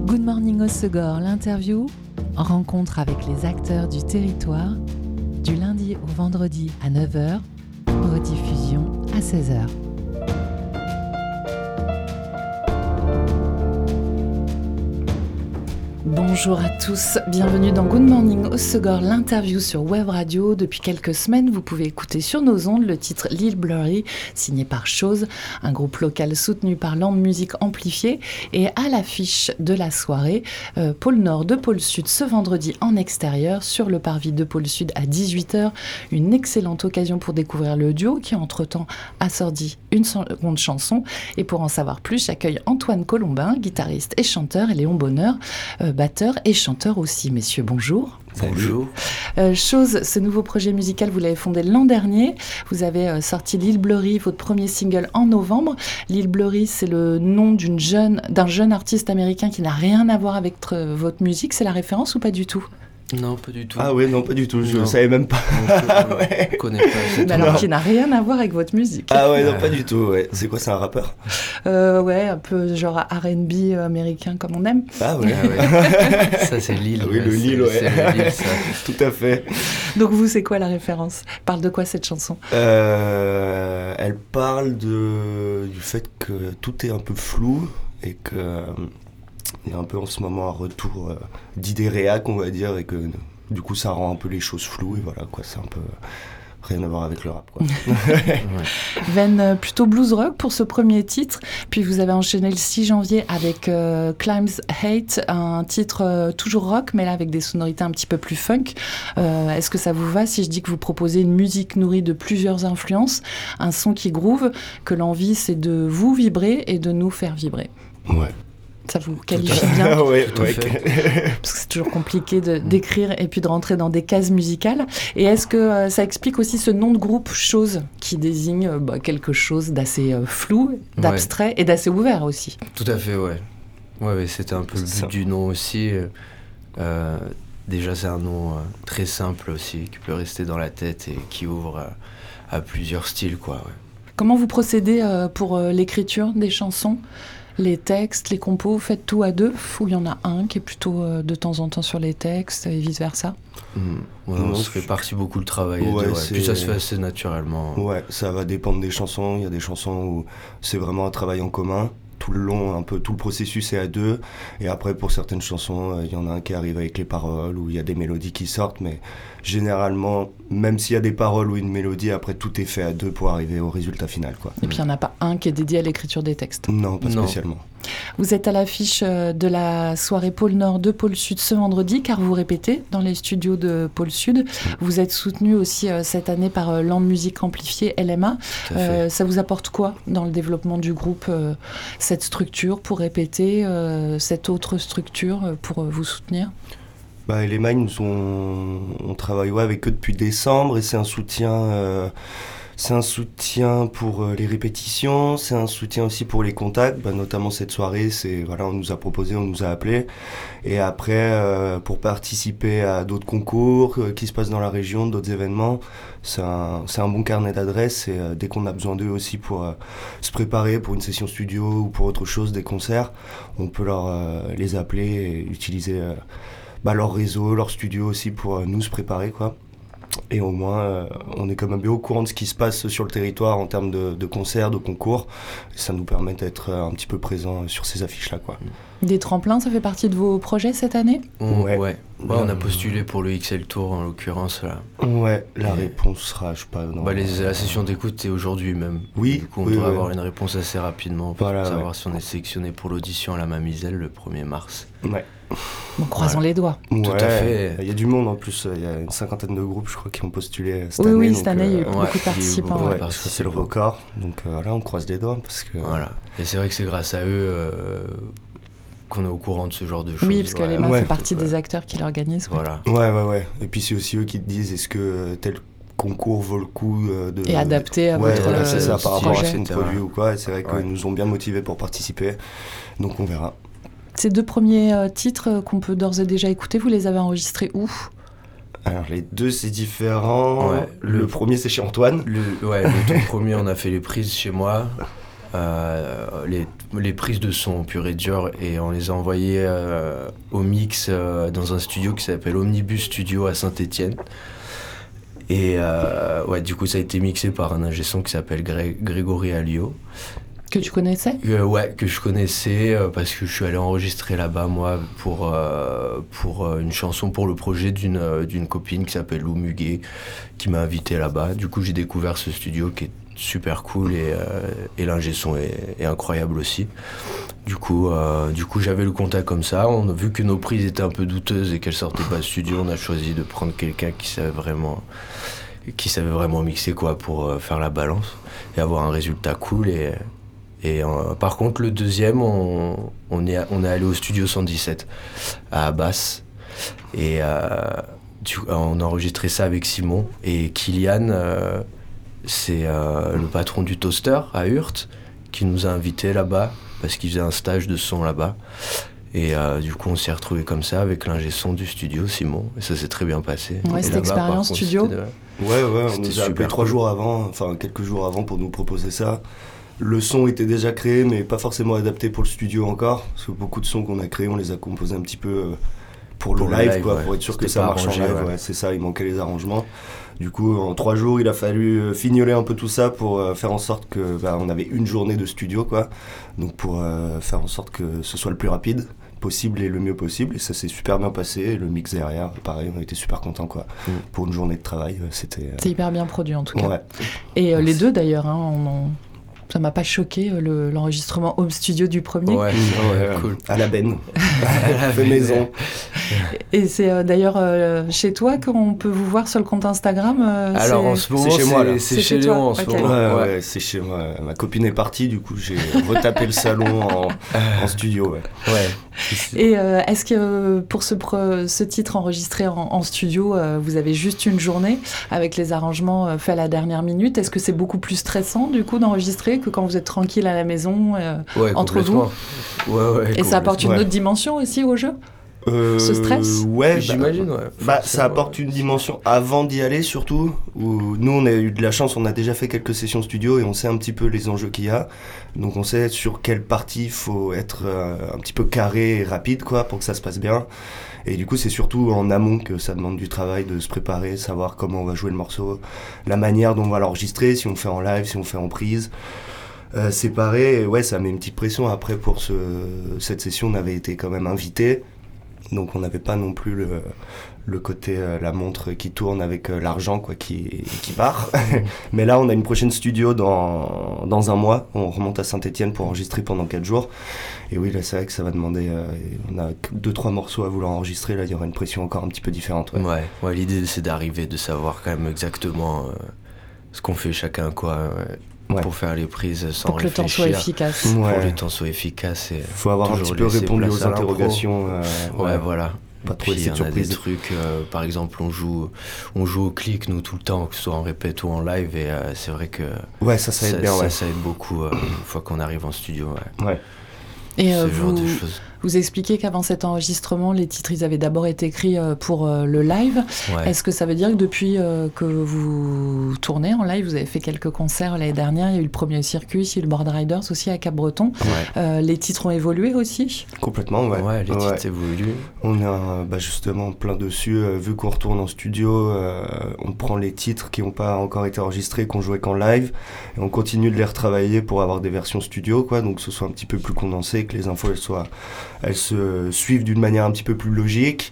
Good Morning Hossegor, l'interview, rencontre avec les acteurs du territoire, du lundi au vendredi à 9h, rediffusion à 16h. Bonjour à tous, bienvenue dans Good Morning Hossegor, l'interview sur Web Radio. Depuis quelques semaines, vous pouvez écouter sur nos ondes le titre Lil Blurry, signé par Chose, un groupe local soutenu par Land Music Amplifié. Et à l'affiche de la soirée, pôle Nord de pôle Sud ce vendredi en extérieur, sur le parvis de pôle Sud à 18h. Une excellente occasion pour découvrir le duo qui entre-temps a sorti une seconde chanson. Et pour en savoir plus, j'accueille Antoine Colombin, guitariste et chanteur, et Léon Bonheur, batteur et chanteur aussi. Messieurs, bonjour. Bonjour. Chose, ce nouveau projet musical, vous l'avez fondé l'an dernier. Vous avez sorti Lil Blurry, votre premier single, en novembre. Lil Blurry, c'est le nom d'un jeune artiste américain qui n'a rien à voir avec votre musique. C'est la référence ou pas du tout ? Non, pas du tout. Ah ouais, non, pas du tout, je ne savais même pas. Je connais pas. Mais alors, qui n'a rien à voir avec votre musique. Ah ouais, non, pas du tout, ouais. C'est quoi, c'est un rappeur ? Ouais, un peu genre R&B américain comme on aime. Ah ouais. Ça, c'est Lil. Ah oui, le Lil, ouais. C'est le Lil, ça. Tout à fait. Donc vous, c'est quoi la référence ? Parle de quoi cette chanson ? Elle parle du fait que tout est un peu flou et que... Il y a un peu en ce moment un retour d'idées réac, on va dire, et que du coup ça rend un peu les choses floues, et voilà, quoi, c'est un peu rien à voir avec le rap, quoi. Ouais. Veine plutôt blues rock pour ce premier titre, puis vous avez enchaîné le 6 janvier avec Climbs Hate, un titre toujours rock, mais là avec des sonorités un petit peu plus funk. Est-ce que ça vous va si je dis que vous proposez une musique nourrie de plusieurs influences, un son qui groove, que l'envie c'est de vous vibrer et de nous faire vibrer ? Ouais. Ça vous qualifie bien ? Ouais, Tout à fait. Parce que c'est toujours compliqué d'écrire et puis de rentrer dans des cases musicales. Et est-ce que ça explique aussi ce nom de groupe Chose qui désigne quelque chose d'assez flou, d'abstrait et d'assez ouvert aussi ? Tout à fait, ouais. Ouais, c'était un peu le but du nom aussi. Déjà, c'est un nom très simple aussi, qui peut rester dans la tête et qui ouvre à plusieurs styles, quoi. Ouais. Comment vous procédez pour l'écriture des chansons ? Les textes, les compos, vous faites tout à deux, ou il y en a un qui est plutôt de temps en temps sur les textes et vice-versa ? On se répartit beaucoup le travail. Puis ça se fait assez naturellement. Ouais, ça va dépendre des chansons. Il y a des chansons où c'est vraiment un travail en commun. Tout le long, un peu tout le processus est à deux. Et après, pour certaines chansons, il y en a un qui arrive avec les paroles, où il y a des mélodies qui sortent. Mais généralement, même s'il y a des paroles ou une mélodie, après tout est fait à deux pour arriver au résultat final, quoi. Et puis il n'y en a pas un qui est dédié à l'écriture des textes ? Non, pas spécialement. Vous êtes à l'affiche de la soirée Pôle Nord de Pôle Sud ce vendredi, car vous répétez dans les studios de Pôle Sud. Vous êtes soutenu aussi cette année par Land Music Amplifié, LMA. Ça vous apporte quoi dans le développement du groupe, cette structure pour répéter, cette autre structure pour vous soutenir ? LMA, on travaille avec eux depuis décembre et c'est un soutien... C'est un soutien pour les répétitions, c'est un soutien aussi pour les contacts, notamment cette soirée, on nous a proposé, on nous a appelés. Et après, pour participer à d'autres concours qui se passent dans la région, d'autres événements, c'est un bon carnet d'adresses. Et dès qu'on a besoin d'eux aussi pour se préparer pour une session studio ou pour autre chose, des concerts, on peut les appeler et utiliser leur réseau, leur studio aussi pour nous se préparer, quoi. Et au moins, on est quand même bien au courant de ce qui se passe sur le territoire en termes de concerts, de concours. Et ça nous permet d'être un petit peu présents sur ces affiches-là, quoi. Des tremplins, ça fait partie de vos projets cette année ? Ouais. On a postulé pour le XL Tour, en l'occurrence. Là. Ouais, la réponse sera, je sais pas... la session d'écoute est aujourd'hui même. Oui. Du coup, on doit avoir une réponse assez rapidement pour savoir si on est sélectionné pour l'audition à la Mamizelle le 1er mars. Ouais. Donc croisons les doigts. Tout à fait. Il y a du monde en plus, il y a une 50aine de groupes je crois qui ont postulé cette année. Oui, cette année il y a eu beaucoup de participants. C'est le record, donc on croise les doigts parce que... Voilà, et c'est vrai que c'est grâce à eux qu'on est au courant de ce genre de choses. Oui, parce que l'EMA fait partie des acteurs qui l'organisent. Voilà. Ouais. Et puis c'est aussi eux qui te disent est-ce que tel concours vaut le coup de... Et adapté à votre c'est ça, par rapport à ce produit ou quoi. Et c'est vrai qu'ils nous ont bien motivés pour participer, donc on verra. Ces deux premiers titres qu'on peut d'ores et déjà écouter, vous les avez enregistrés où ? Alors les deux c'est différent. Le premier c'est chez Antoine. Le tout premier on a fait les prises chez moi. les prises de son pur et dur, et on les a envoyées au mix dans un studio qui s'appelle Omnibus Studio à Saint-Étienne. Et du coup ça a été mixé par un ingé son qui s'appelle Grégory Alliot. Que tu connaissais ? Ouais, que je connaissais parce que je suis allé enregistrer là-bas, moi, pour une chanson pour le projet d'une copine qui s'appelle Lou Muguet, qui m'a invité là-bas. Du coup, j'ai découvert ce studio qui est super cool et l'ingé son est incroyable aussi. Du coup, j'avais le contact comme ça. On a vu que nos prises étaient un peu douteuses et qu'elles sortaient pas de studio. On a choisi de prendre quelqu'un qui savait vraiment mixer, quoi, pour faire la balance et avoir un résultat cool. Et par contre, le deuxième, on est allé au studio 117 à Basse. Et on a enregistré ça avec Simon. Et Kylian, c'est le patron du Toaster à Hurt, qui nous a invités là-bas parce qu'il faisait un stage de son là-bas. Et du coup, on s'est retrouvés comme ça avec l'ingé son du studio, Simon. Et ça s'est très bien passé. Ouais, cette expérience studio. Ouais, on nous a appelé 3 jours avant, enfin quelques jours avant pour nous proposer ça. Le son était déjà créé, mais pas forcément adapté pour le studio encore. Parce que beaucoup de sons qu'on a créés, on les a composés un petit peu pour le live, quoi, pour être sûr que ça marche en live. Ouais, c'est ça, il manquait les arrangements. Du coup, en 3 jours, il a fallu fignoler un peu tout ça pour faire en sorte que on avait une journée de studio, quoi. Donc pour faire en sorte que ce soit le plus rapide possible et le mieux possible. Et ça s'est super bien passé. Et le mix derrière, pareil, on a été super contents, quoi. Pour une journée de travail, c'était... C'est hyper bien produit, en tout cas. Ouais. Et les deux, d'ailleurs, ça m'a pas choqué, l'enregistrement home studio du premier. Ouais, cool. À la benne. Fait maison. Et c'est d'ailleurs chez toi qu'on peut vous voir sur le compte Instagram. Alors en ce moment, c'est chez moi, là. C'est chez Léon en ce moment. Ouais, c'est chez moi. Ma copine est partie, du coup j'ai retapé le salon en studio. Ouais. Et est-ce que pour ce titre enregistré en studio, vous avez juste une journée avec les arrangements faits à la dernière minute ? Est-ce que c'est beaucoup plus stressant du coup d'enregistrer que quand vous êtes tranquille à la maison entre vous ? Ouais, et ça apporte une autre dimension aussi au jeu ? Ce stress ? Ouais, j'imagine, ça apporte une dimension avant d'y aller, surtout, où nous on a eu de la chance, on a déjà fait quelques sessions studio et on sait un petit peu les enjeux qu'il y a, donc on sait sur quelle partie il faut être un petit peu carré et rapide, quoi, pour que ça se passe bien. Et du coup c'est surtout en amont que ça demande du travail, de se préparer, savoir comment on va jouer le morceau, la manière dont on va l'enregistrer, si on fait en live, si on fait en prise. Séparé, ouais, ça met une petite pression. Après, pour cette session, on avait été quand même invités. Donc on n'avait pas non plus le côté la montre qui tourne avec l'argent, quoi, qui part. Mais là on a une prochaine studio dans un mois. On remonte à Saint-Étienne pour enregistrer pendant 4 jours. Et oui, là c'est vrai que ça va demander, on a 2-3 morceaux à vouloir enregistrer. Là il y aura une pression encore un petit peu différente. Ouais, l'idée c'est d'arriver, de savoir quand même exactement ce qu'on fait chacun, quoi. Ouais. Pour faire les prises sans réfléchir. Pour que le temps soit efficace. Pour que le temps soit efficace. Il faut avoir un petit peu répondu aux interrogations. Voilà. Pas trop essayer de surprise. Des trucs, par exemple, on joue au clic, nous, tout le temps, que ce soit en répète ou en live, et c'est vrai que... Ouais, ça aide bien, ça aide beaucoup une fois qu'on arrive en studio, ouais. Et vous expliquez qu'avant cet enregistrement, les titres, ils avaient d'abord été écrits pour le live. Ouais. Est-ce que ça veut dire que depuis que vous tournez en live, vous avez fait quelques concerts l'année dernière, il y a eu le premier circuit, il y a eu le Board Riders aussi à Cap-Breton. Ouais. Les titres ont évolué aussi ? Complètement, ouais. Ouais, les titres évoluent. On est justement plein dessus. Vu qu'on retourne en studio, on prend les titres qui n'ont pas encore été enregistrés, qu'on jouait qu'en live, et on continue de les retravailler pour avoir des versions studio, quoi, donc que ce soit un petit peu plus condensé, que les infos elles se suivent d'une manière un petit peu plus logique.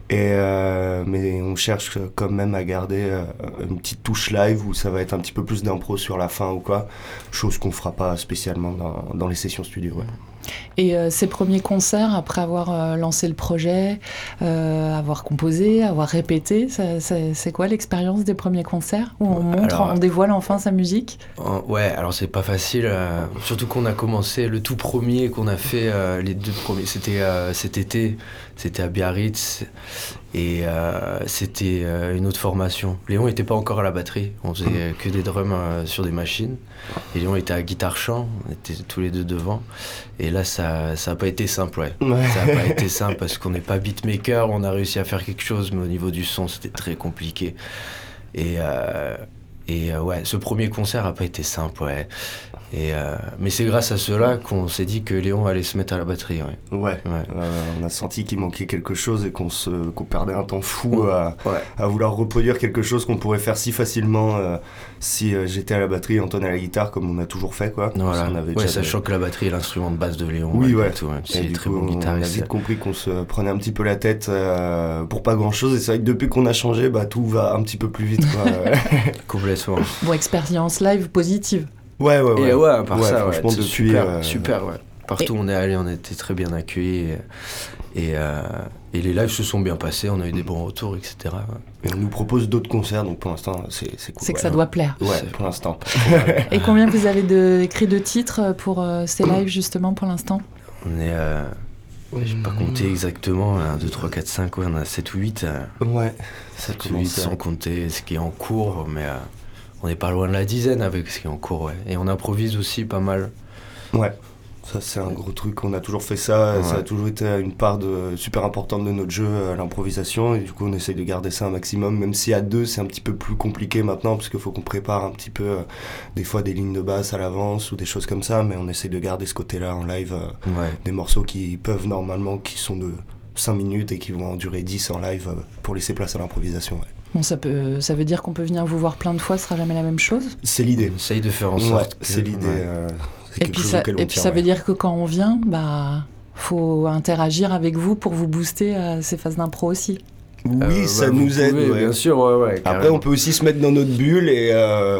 Mais on cherche quand même à garder une petite touche live où ça va être un petit peu plus d'impro sur la fin ou quoi, chose qu'on fera pas spécialement dans les sessions studio. Ouais. Et ces premiers concerts, après avoir lancé le projet, avoir composé, avoir répété, c'est quoi l'expérience des premiers concerts où on dévoile enfin sa musique ? Ouais, alors c'est pas facile, surtout qu'on a commencé, le tout premier qu'on a fait, les 2 premiers, c'était cet été, c'était à Biarritz, et c'était une autre formation. Léon était pas encore à la batterie, on faisait que des drums sur des machines, et Léon était à guitare-chant, on était tous les deux devant, et là ça a pas été simple, ouais. Ça a pas été simple parce qu'on n'est pas beatmaker, on a réussi à faire quelque chose, mais au niveau du son c'était très compliqué, et Et ouais, ce premier concert n'a pas été simple, ouais. Mais c'est grâce à cela qu'on s'est dit que Léon allait se mettre à la batterie. Ouais. On a senti qu'il manquait quelque chose et qu'on perdait un temps fou à vouloir reproduire quelque chose qu'on pourrait faire si facilement si j'étais à la batterie et Antoine à la guitare, comme on a toujours fait, quoi. Voilà. Sachant que la batterie est l'instrument de base de Léon. Oui, ouais. Tout, ouais. C'est et du très coup, bon guitariste. On a vite compris qu'on se prenait un petit peu la tête pour pas grand chose. Et c'est vrai que depuis qu'on a changé, tout va un petit peu plus vite, quoi. Complètement. Bon, expérience live positive. Ouais. Et ouais, à part ça, franchement, depuis, super, ouais. Partout où on est allé, on a été très bien accueillis. Et les lives se sont bien passés, on a eu des bons retours, etc. Ouais. Et on nous propose d'autres concerts, donc pour l'instant, c'est cool. C'est que ça doit plaire. Ouais, pour l'instant. Et combien vous avez écrit de titres pour ces lives, justement, pour l'instant ? On est... j'ai pas compté exactement, 1, 2, 3, 4, 5, ouais, on a 7 ou 8. Ouais. 7 ou 8 sans compter ce qui est en cours, mais on n'est pas loin de la dizaine avec ce qui est en cours, ouais. Et on improvise aussi pas mal. Ouais. Ça, c'est un gros truc, on a toujours fait ça, ça a toujours été une part super importante de notre jeu, l'improvisation, et du coup on essaye de garder ça un maximum, même si à deux c'est un petit peu plus compliqué maintenant, parce qu'il faut qu'on prépare un petit peu des fois des lignes de basse à l'avance ou des choses comme ça, mais on essaye de garder ce côté-là en live, des morceaux qui peuvent normalement, qui sont de 5 minutes et qui vont en durer 10 en live pour laisser place à l'improvisation. Ouais. Bon, ça veut dire qu'on peut venir vous voir plein de fois, ce sera jamais la même chose ? C'est l'idée. On essaye de faire en sorte que... c'est l'idée. Et puis ça veut dire que quand on vient, faut interagir avec vous pour vous booster à ces phases d'impro aussi. Oui, ça nous aide. Bien sûr, ouais. Après, on peut aussi se mettre dans notre bulle et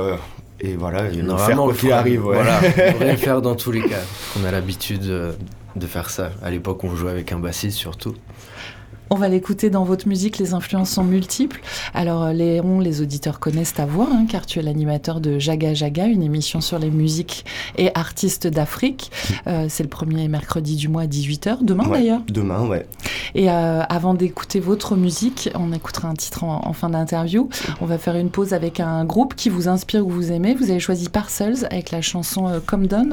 voilà, et faire quoi qu'il arrive. Ouais. Voilà, on devrait faire dans tous les cas. On a l'habitude de faire ça. À l'époque, on jouait avec un bassiste surtout. On va l'écouter dans votre musique, les influences sont multiples. Alors Léon, les auditeurs connaissent ta voix, car tu es l'animateur de Jaga Jaga, une émission sur les musiques et artistes d'Afrique. C'est le premier mercredi du mois à 18h, demain d'ailleurs. Demain, ouais. Et avant d'écouter votre musique, on écoutera un titre en fin d'interview. On va faire une pause avec un groupe qui vous inspire ou vous aimez. Vous avez choisi Parcels avec la chanson Come Down.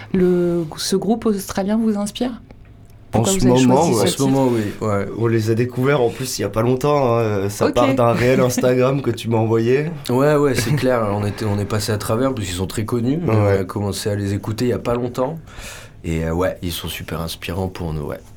Ce groupe australien vous inspire ? En ce moment, oui. Ouais. On les a découverts en plus il n'y a pas longtemps. Ça part d'un réel Instagram que tu m'as envoyé. Ouais, c'est clair. On est passé à travers parce qu'ils sont très connus. Ouais. On a commencé à les écouter il n'y a pas longtemps. Et ils sont super inspirants pour nous. Ouais.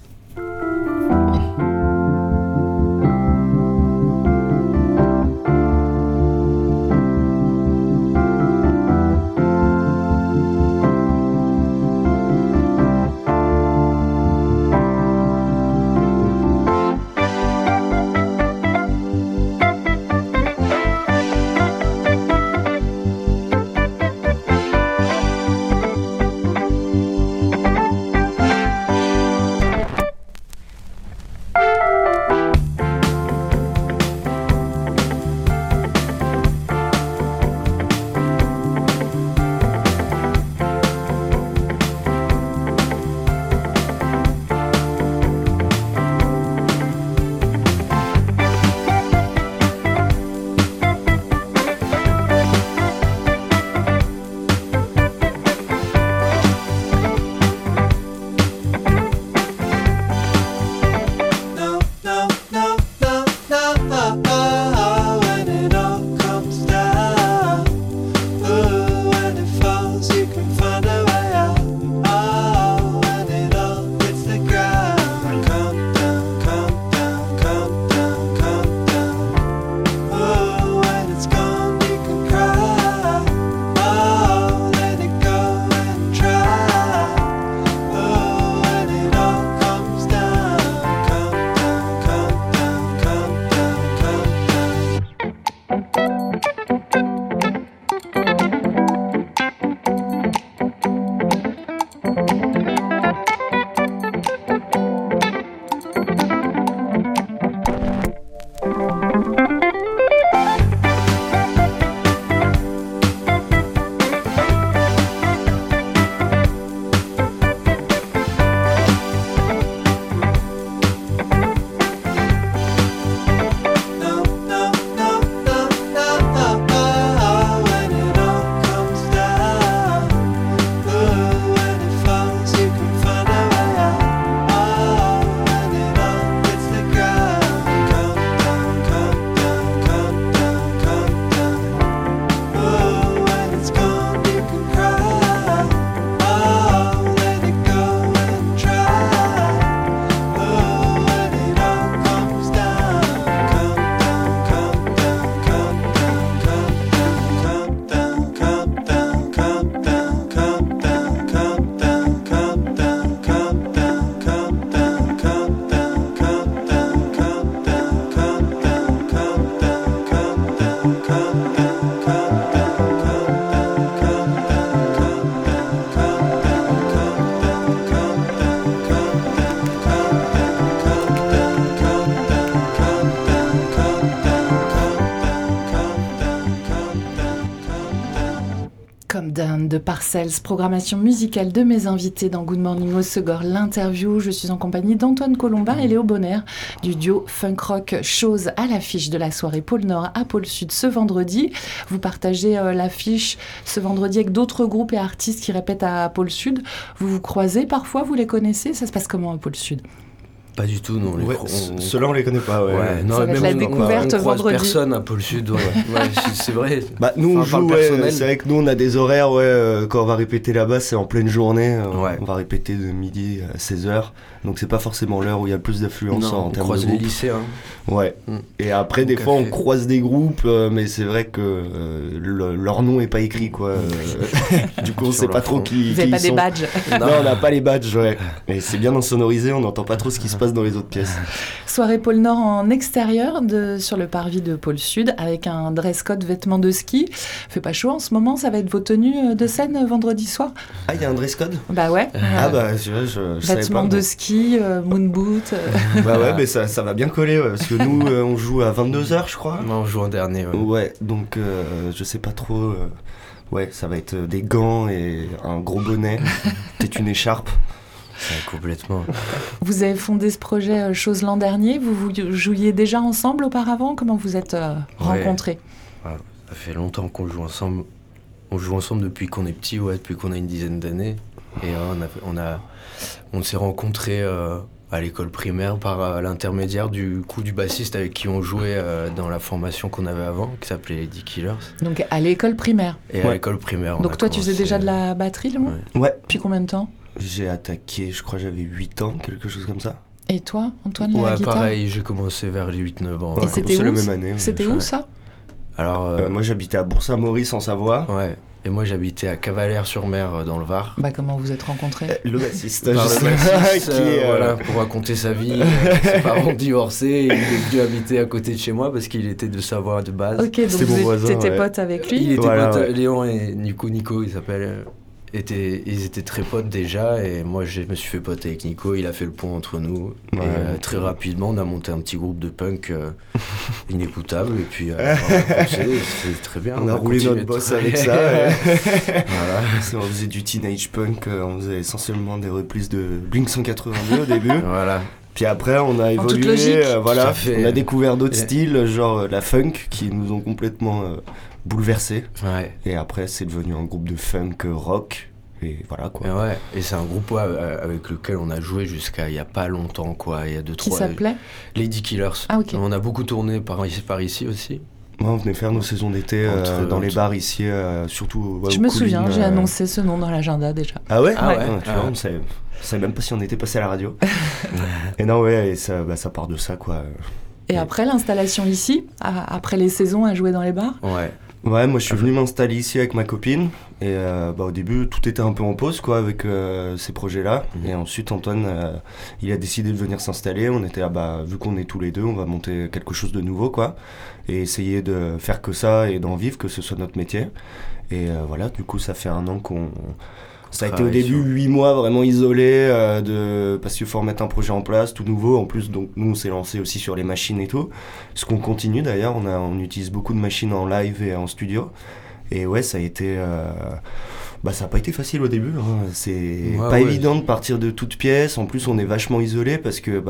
de Parcells, programmation musicale de mes invités dans Good Morning Hossegor, l'interview. Je suis en compagnie d'Antoine Colombin et Léo Bonner du duo Funk Rock Chose à l'affiche de la soirée Pôle Nord à Pôle Sud ce vendredi. Vous partagez l'affiche ce vendredi avec d'autres groupes et artistes qui répètent à Pôle Sud. Vous vous croisez parfois, vous les connaissez? Ça se passe comment à Pôle Sud? Pas du tout, non. Ceux-là, on les connaît pas. Non, ça va être la découverte on croise vendredi. Personne à Pôle Sud, c'est vrai. Nous, on joue, c'est vrai que nous, on a des horaires, quand on va répéter là-bas, c'est en pleine journée. On va répéter de midi à 16h. Donc, c'est pas forcément l'heure où il y a le plus d'affluence en termes de groupe. On croise les lycéens. Ouais. Et après, des fois, on croise des groupes, mais c'est vrai que leur nom est pas écrit, quoi. Du coup, on sait pas trop qui Vous avez pas des badges? Non, on n'a pas les badges, Et c'est bien insonorisé, on n'entend pas trop ce qui se passe dans les autres pièces. Soirée Pôle Nord en extérieur sur le parvis de Pôle Sud avec un dress code vêtements de ski. Fait pas chaud en ce moment, ça va être vos tenues de scène vendredi soir? Ah, il y a un dress code? Bah ouais. Je savais pas. Vêtements de ski, moon boot. Bah ouais, mais ça va bien coller, parce que nous, on joue à 22h, je crois. Non, on joue en dernier, Ouais, donc je sais pas trop. Ça va être des gants et un gros bonnet, peut-être une écharpe. Complètement. Vous avez fondé ce projet Chose l'an dernier. Vous jouiez déjà ensemble auparavant? Comment vous êtes rencontrés? Ça fait longtemps qu'on joue ensemble. On joue ensemble depuis qu'on est petit, depuis qu'on a une dizaine d'années. Et on s'est rencontrés à l'école primaire par l'intermédiaire du bassiste avec qui on jouait dans la formation qu'on avait avant, qui s'appelait les D Killers. Donc à l'école primaire. Et à l'école primaire. Donc toi, tu faisais déjà de la batterie, Léon? Ouais. Depuis combien de temps? J'ai attaqué, je crois j'avais 8 ans, quelque chose comme ça. Et toi, Antoine, la guitare? Pareil, j'ai commencé vers les 8-9 ans. Et c'était où la même année. C'était où ça? Alors, moi j'habitais à Bourg-Saint-Maurice en Savoie. Ouais. Et moi j'habitais à Cavalère-sur-Mer dans le Var. Comment vous êtes rencontrés? Le bassiste. Le bassiste pour raconter sa vie. Ses parents divorcés, il est venu habiter à côté de chez moi parce qu'il était de Savoie de base. Ok, donc vous étiez potes avec lui? Il était pote, Léon et Nico il s'appelle. Ils étaient très potes déjà et moi je me suis fait pote avec Nico, il a fait le pont entre nous et très rapidement on a monté un petit groupe de punk inécoutable et puis c'est très bien. On a roulé notre boss avec ça. Voilà. On faisait du teenage punk, on faisait essentiellement des reprises de Blink 182 au début. Voilà. Puis après, on a évolué, on a découvert d'autres styles, genre la funk, qui nous ont complètement bouleversés. Ouais. Et après, c'est devenu un groupe de funk rock. Et voilà quoi. Et c'est un groupe avec lequel on a joué jusqu'à il n'y a pas longtemps, quoi. Il y a 2-3. Qui s'appelait Lady Killers. Ah, ok. On a beaucoup tourné par ici aussi. Ouais, on venait faire nos saisons d'été dans les bars ici, surtout. Je me souviens, j'ai annoncé ce nom dans l'agenda déjà. Ah ouais? Tu vois, on savait même pas si on était passé à la radio. Et non, et ça part de ça, quoi. Et après l'installation ici, après les saisons à jouer dans les bars? Ouais, moi je suis venu m'installer ici avec ma copine. Et au début, tout était un peu en pause, quoi, avec ces projets-là. Et ensuite, Antoine, il a décidé de venir s'installer. On était vu qu'on est tous les deux, on va monter quelque chose de nouveau, quoi. Et essayer de faire que ça et d'en vivre, que ce soit notre métier. Et voilà, du coup, ça fait 1 an qu'on... Ça a été au début 8 mois vraiment isolé parce qu'il faut remettre un projet en place, tout nouveau. En plus, donc nous on s'est lancé aussi sur les machines et tout. Ce qu'on continue d'ailleurs, on utilise beaucoup de machines en live et en studio. Et ça a été... ça n'a pas été facile au début. C'est pas évident de partir de toutes pièces. En plus, on est vachement isolé parce que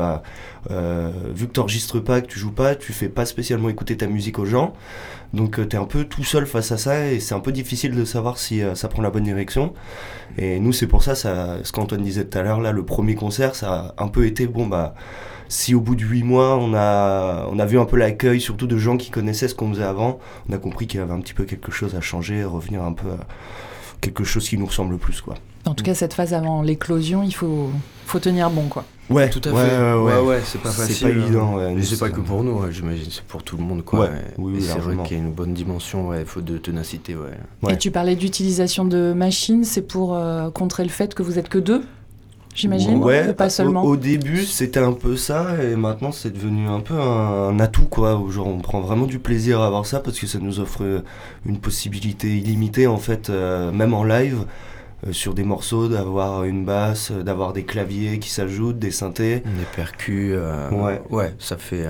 vu que tu n'enregistres pas, que tu joues pas, tu fais pas spécialement écouter ta musique aux gens. Donc tu es un peu tout seul face à ça et c'est un peu difficile de savoir si ça prend la bonne direction. Et nous, c'est pour ça, ce qu'Antoine disait tout à l'heure, là, le premier concert, ça a un peu été si au bout de 8 mois, on a vu un peu l'accueil, surtout de gens qui connaissaient ce qu'on faisait avant, on a compris qu'il y avait un petit peu quelque chose à changer, revenir un peu à quelque chose qui nous ressemble plus, quoi. En tout cas, cette phase avant l'éclosion, il faut tenir bon, quoi. Ouais, tout à fait. Ouais, c'est pas facile. C'est pas évident. Mais c'est pas que pour nous, j'imagine, c'est pour tout le monde, quoi. Oui, c'est vrai qu'il y a une bonne dimension, il faut de ténacité, Et tu parlais d'utilisation de machines, c'est pour contrer le fait que vous êtes que 2, j'imagine, ou pas seulement. Au début, c'était un peu ça, et maintenant, c'est devenu un peu un atout, quoi. Où genre, on prend vraiment du plaisir à avoir ça, parce que ça nous offre une possibilité illimitée, en fait, même en live. Sur des morceaux, d'avoir une basse, d'avoir des claviers qui s'ajoutent, des synthés, des percus, ça fait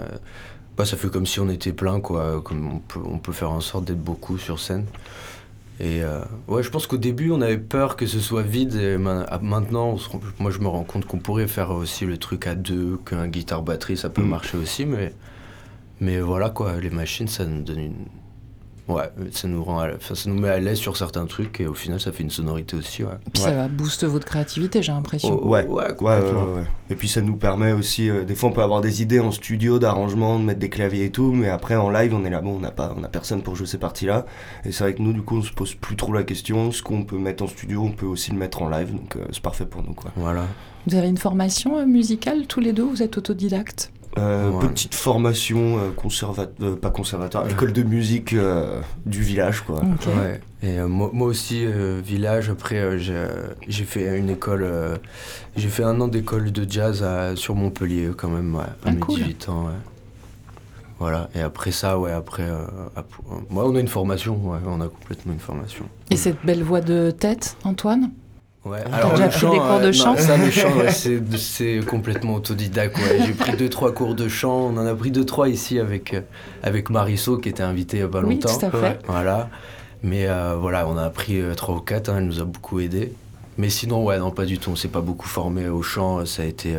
ça fait comme si on était plein, quoi, comme on peut faire en sorte d'être beaucoup sur scène. Et ouais, je pense qu'au début, on avait peur que ce soit vide. Et maintenant, moi, je me rends compte qu'on pourrait faire aussi le truc à deux, qu'un guitare-batterie, ça peut marcher aussi. Mais voilà, quoi, les machines, ça nous donne une... Ouais, ça nous met à l'aise sur certains trucs et au final, ça fait une sonorité aussi, ouais. Puis ça booste votre créativité, j'ai l'impression. Ouais. Et puis ça nous permet aussi, des fois on peut avoir des idées en studio d'arrangement, de mettre des claviers et tout, mais après en live on est là, bon, on a personne pour jouer ces parties-là. Et c'est vrai que nous, du coup, on se pose plus trop la question. Ce qu'on peut mettre en studio, on peut aussi le mettre en live, donc c'est parfait pour nous, quoi. Voilà. Vous avez une formation musicale tous les deux, vous êtes autodidactes? Petite formation pas conservatoire, école de musique du village, quoi. Okay. Ouais. Et moi aussi, village, après j'ai fait une école, j'ai fait 1 an d'école de jazz sur Montpellier quand même, ouais, à mes cool. 18 ans. Ouais. Voilà, et après ça, ouais, moi on a une formation, ouais, on a complètement une formation. Et cette belle voix de tête, Antoine? Ouais, alors déjà pris des cours de chant? Non, ça, le chant, ouais, c'est complètement autodidacte. Ouais. J'ai pris 2-3 cours de chant. On en a pris 2-3 ici avec Marisso qui était invitée il n'y a pas longtemps. Oui, tout à fait. Voilà. Mais voilà, on a appris 3 ou 4. Elle nous a beaucoup aidé. Mais sinon, ouais, non, pas du tout. On s'est pas beaucoup formé au chant. Ça a été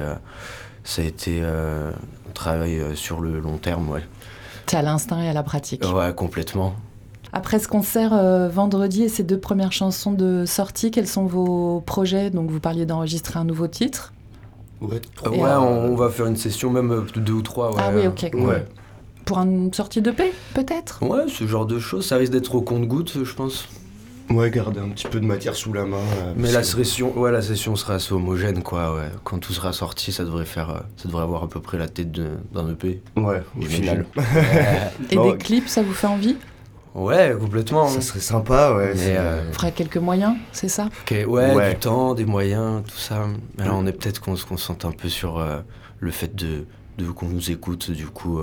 un travail sur le long terme, ouais. C'est à l'instinct et à la pratique. Ouais, complètement. Après ce concert vendredi et ces 2 premières chansons de sortie, quels sont vos projets? Donc vous parliez d'enregistrer un nouveau titre. Ouais, on va faire une session même 2 ou 3. Ouais. Ah oui, ok. Ouais. Pour une sortie d'EP, peut-être? Ouais, ce genre de choses. Ça risque d'être au compte-gouttes, je pense. Ouais, garder un petit peu de matière sous la main. Mais la session sera assez homogène, quoi. Ouais. Quand tout sera sorti, ça devrait avoir à peu près la tête d'un EP. Ouais, au final. Et des clips, ça vous fait envie? Ouais, complètement. Ça serait sympa, ouais. On fera quelques moyens, c'est ça? Ouais, du temps, des moyens, tout ça. Mais là, on est peut-être qu'on se concentre un peu sur le fait de qu'on nous écoute, du coup,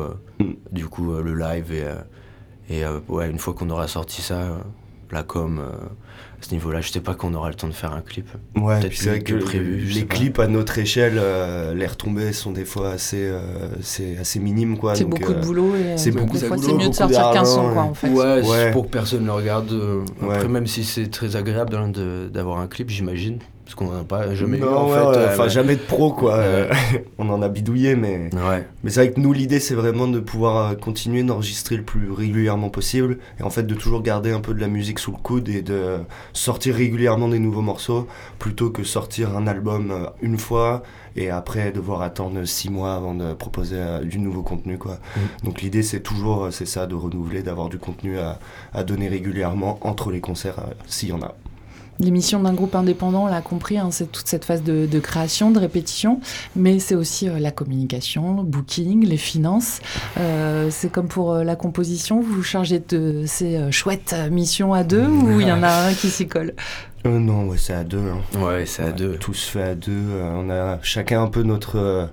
le live. Et ouais, une fois qu'on aura sorti ça, la com, à ce niveau-là, je sais pas qu'on aura le temps de faire un clip. Ouais, peut-être c'est vrai que les clips à notre échelle, les retombées sont des fois assez minimes, quoi. C'est beaucoup de boulot et c'est des fois de c'est boulot, mieux de sortir qu'un son, quoi, en fait. Ouais, pour que personne ne le regarde. Après, Ouais. même si c'est très agréable d'avoir un clip, j'imagine. Parce qu'on n'en a pas jamais eu, Non, en ouais, fait. jamais de pro, quoi. On en a bidouillé, mais... Ouais. Mais c'est vrai que nous, l'idée, c'est vraiment de pouvoir continuer d'enregistrer le plus régulièrement possible. Et en fait, de toujours garder un peu de la musique sous le coude et de sortir régulièrement des nouveaux morceaux, plutôt que sortir un album une fois et après devoir attendre 6 mois avant de proposer du nouveau contenu, quoi. Donc l'idée, c'est toujours ça, de renouveler, d'avoir du contenu à donner régulièrement entre les concerts, s'il y en a. L'émission d'un groupe indépendant, on l'a compris, hein, c'est toute cette phase de création, de répétition, mais c'est aussi la communication, le booking, les finances. C'est comme pour la composition, vous vous chargez de ces chouettes missions à 2 ou il y en a un qui s'y colle? Non, ouais, c'est à 2. Hein. Ouais, c'est à 2. Tout se fait à 2. On a chacun un peu notre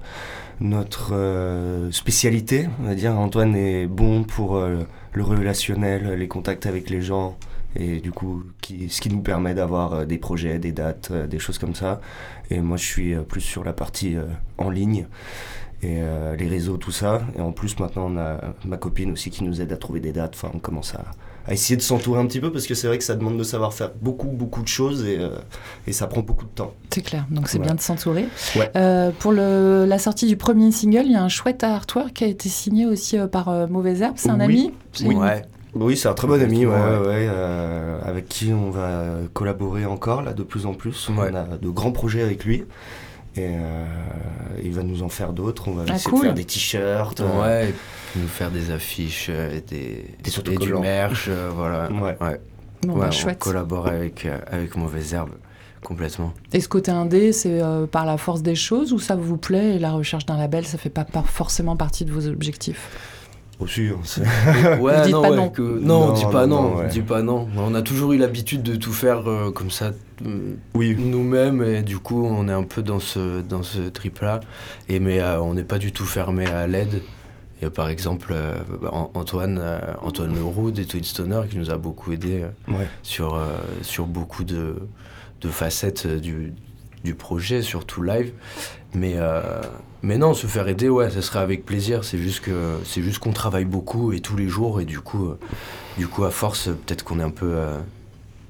spécialité, on va dire. Antoine est bon pour le relationnel, les contacts avec les gens. Et du coup, ce qui nous permet d'avoir des projets, des dates, des choses comme ça. Et moi, je suis plus sur la partie en ligne et les réseaux, tout ça. Et en plus, maintenant, on a ma copine aussi qui nous aide à trouver des dates. Enfin, on commence à essayer de s'entourer un petit peu parce que c'est vrai que ça demande de savoir faire beaucoup de choses et ça prend beaucoup de temps. C'est clair, donc c'est bien de s'entourer. Ouais. Pour la sortie du premier single, il y a un chouette artwork qui a été signé aussi par Mauvaise Herbe. C'est un ami? Oui. Ouais. Oui, c'est un très bon ami, avec qui on va collaborer encore là de plus en plus. Ouais. On a de grands projets avec lui et il va nous en faire d'autres. On va essayer cool. de faire des t-shirts. Ouais, et puis nous faire des affiches et du autocollants. merch, voilà. Ouais. Bon, Ouais, chouette. on collabore avec Mauvaise Herbe, complètement. Et ce côté indé, c'est par la force des choses ou ça vous plaît et la recherche d'un label, ça fait pas forcément partie de vos objectifs? Aussi, Ouais, Vous dites non, pas ouais, non. Non, on dit pas non, ouais. on dit pas non. On a toujours eu l'habitude de tout faire comme ça Oui. nous-mêmes et du coup on est un peu dans ce trip-là. Mais on n'est pas du tout fermé à l'aide. Il y a par exemple Antoine Leroux des Twin Stoner qui nous a beaucoup aidé sur beaucoup de facettes du projet, surtout live. Mais non, se faire aider, ouais, ça serait avec plaisir. C'est juste qu'on travaille beaucoup et tous les jours et du coup à force, peut-être qu'on est un peu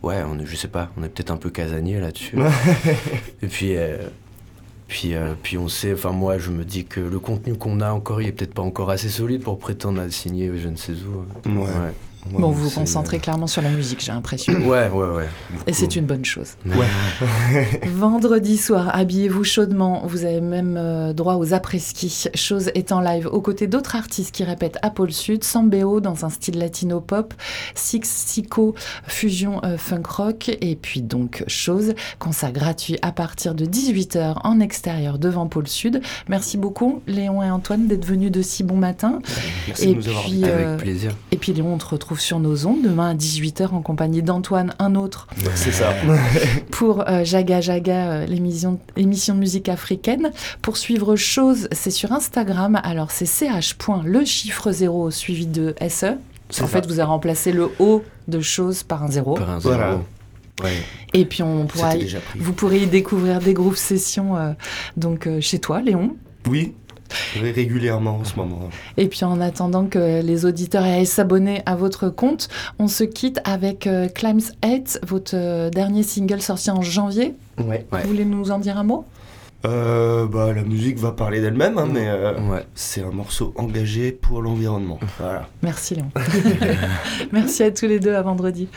ouais, je sais pas, on est peut-être un peu casanier là-dessus. Et puis on sait, enfin moi je me dis que le contenu qu'on a encore, il est peut-être pas encore assez solide pour prétendre à signer je ne sais où. Ouais. Bon, vous vous concentrez clairement sur la musique, j'ai l'impression. Ouais. Et c'est une bonne chose. Ouais. Vendredi soir, habillez-vous chaudement. Vous avez même droit aux après-ski. Chose est en live aux côtés d'autres artistes qui répètent à Pôle Sud. Sambeo dans un style latino-pop, Six Sico fusion funk rock. Et puis donc Chose, concert gratuit à partir de 18h en extérieur devant Pôle Sud. Merci beaucoup Léon et Antoine d'être venus de si bon matin. Merci de nous avoir invités. Avec plaisir. Et puis Léon, on te retrouve sur nos ondes demain à 18h en compagnie d'Antoine, un autre. C'est ça. Pour Jaga Jaga, l'émission de musique africaine. Pour suivre Chose, c'est sur Instagram. Alors c'est ch.le chiffre 0 suivi de SE. En fait, vous avez remplacé le O de Chose par un 0. Par un 0. Voilà. Ouais. Et puis vous pourrez y découvrir des groove sessions chez toi, Léon. Oui. Régulièrement en ce moment. Et puis en attendant que les auditeurs aillent s'abonner à votre compte, on se quitte avec Climbs 8, votre dernier single sorti en janvier. Ouais. Vous voulez nous en dire un mot ? La musique va parler d'elle-même, mais c'est un morceau engagé pour l'environnement. Voilà. Merci Léon. Merci à tous les deux, à vendredi.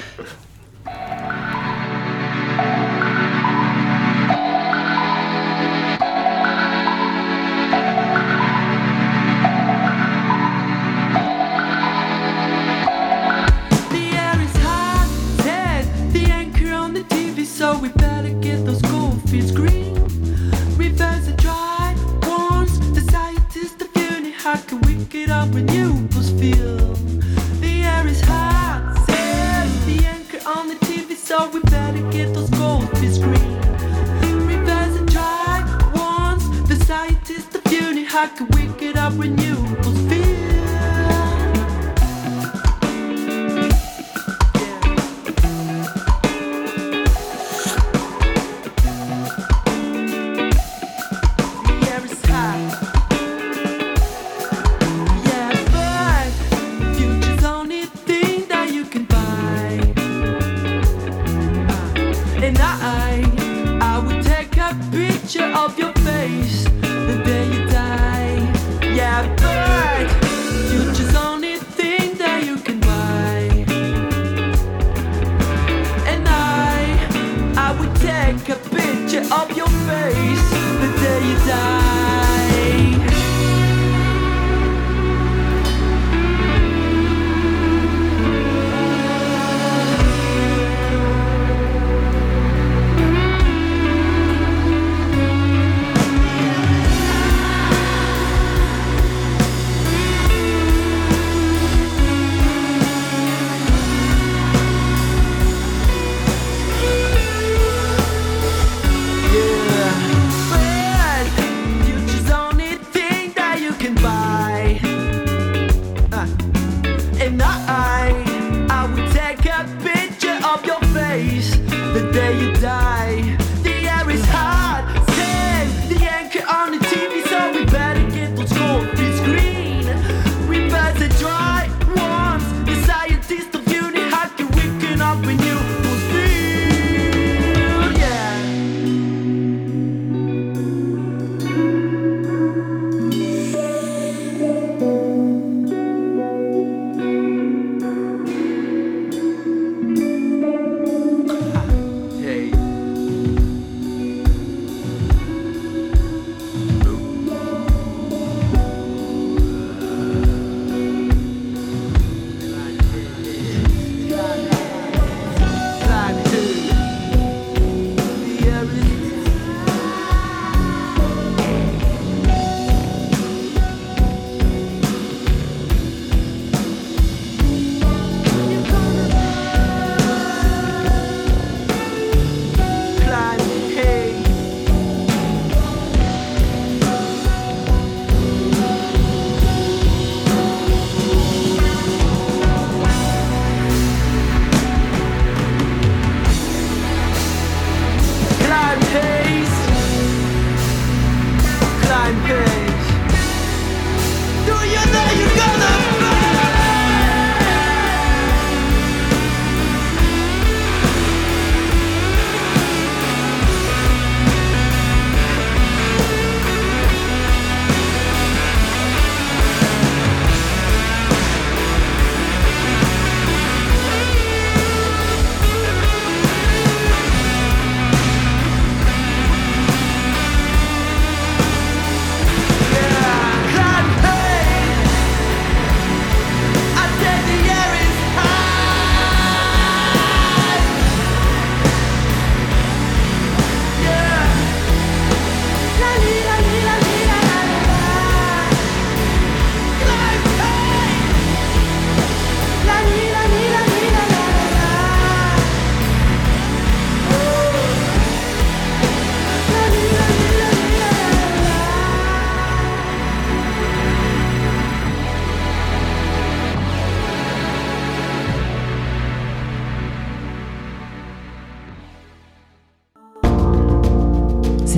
So we better get those goldfields green. Rivers are dry, warms, the scientists are feeling. How can we get up renewables feel? The air is hot, says the anchor on the TV. So we better get those goldfields green. Rivers are dry, warms, the scientists are feeling. How can we get up renewables feel? Of your face the day you die. Yeah, but future's only thing that you can buy. And I would take a picture of your face the day you die. The day you die, the air is hot, says the anchor on the TV. So we better get those goldfields green. Rivers are dry, warms, the scientists of beauty. How can we get up when you feel? Yeah.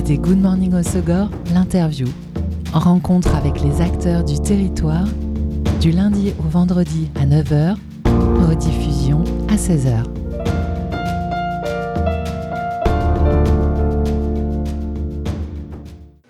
écoutez Good Morning Hossegor, l'interview. Rencontre avec les acteurs du territoire, du lundi au vendredi à 9h, rediffusion à 16h.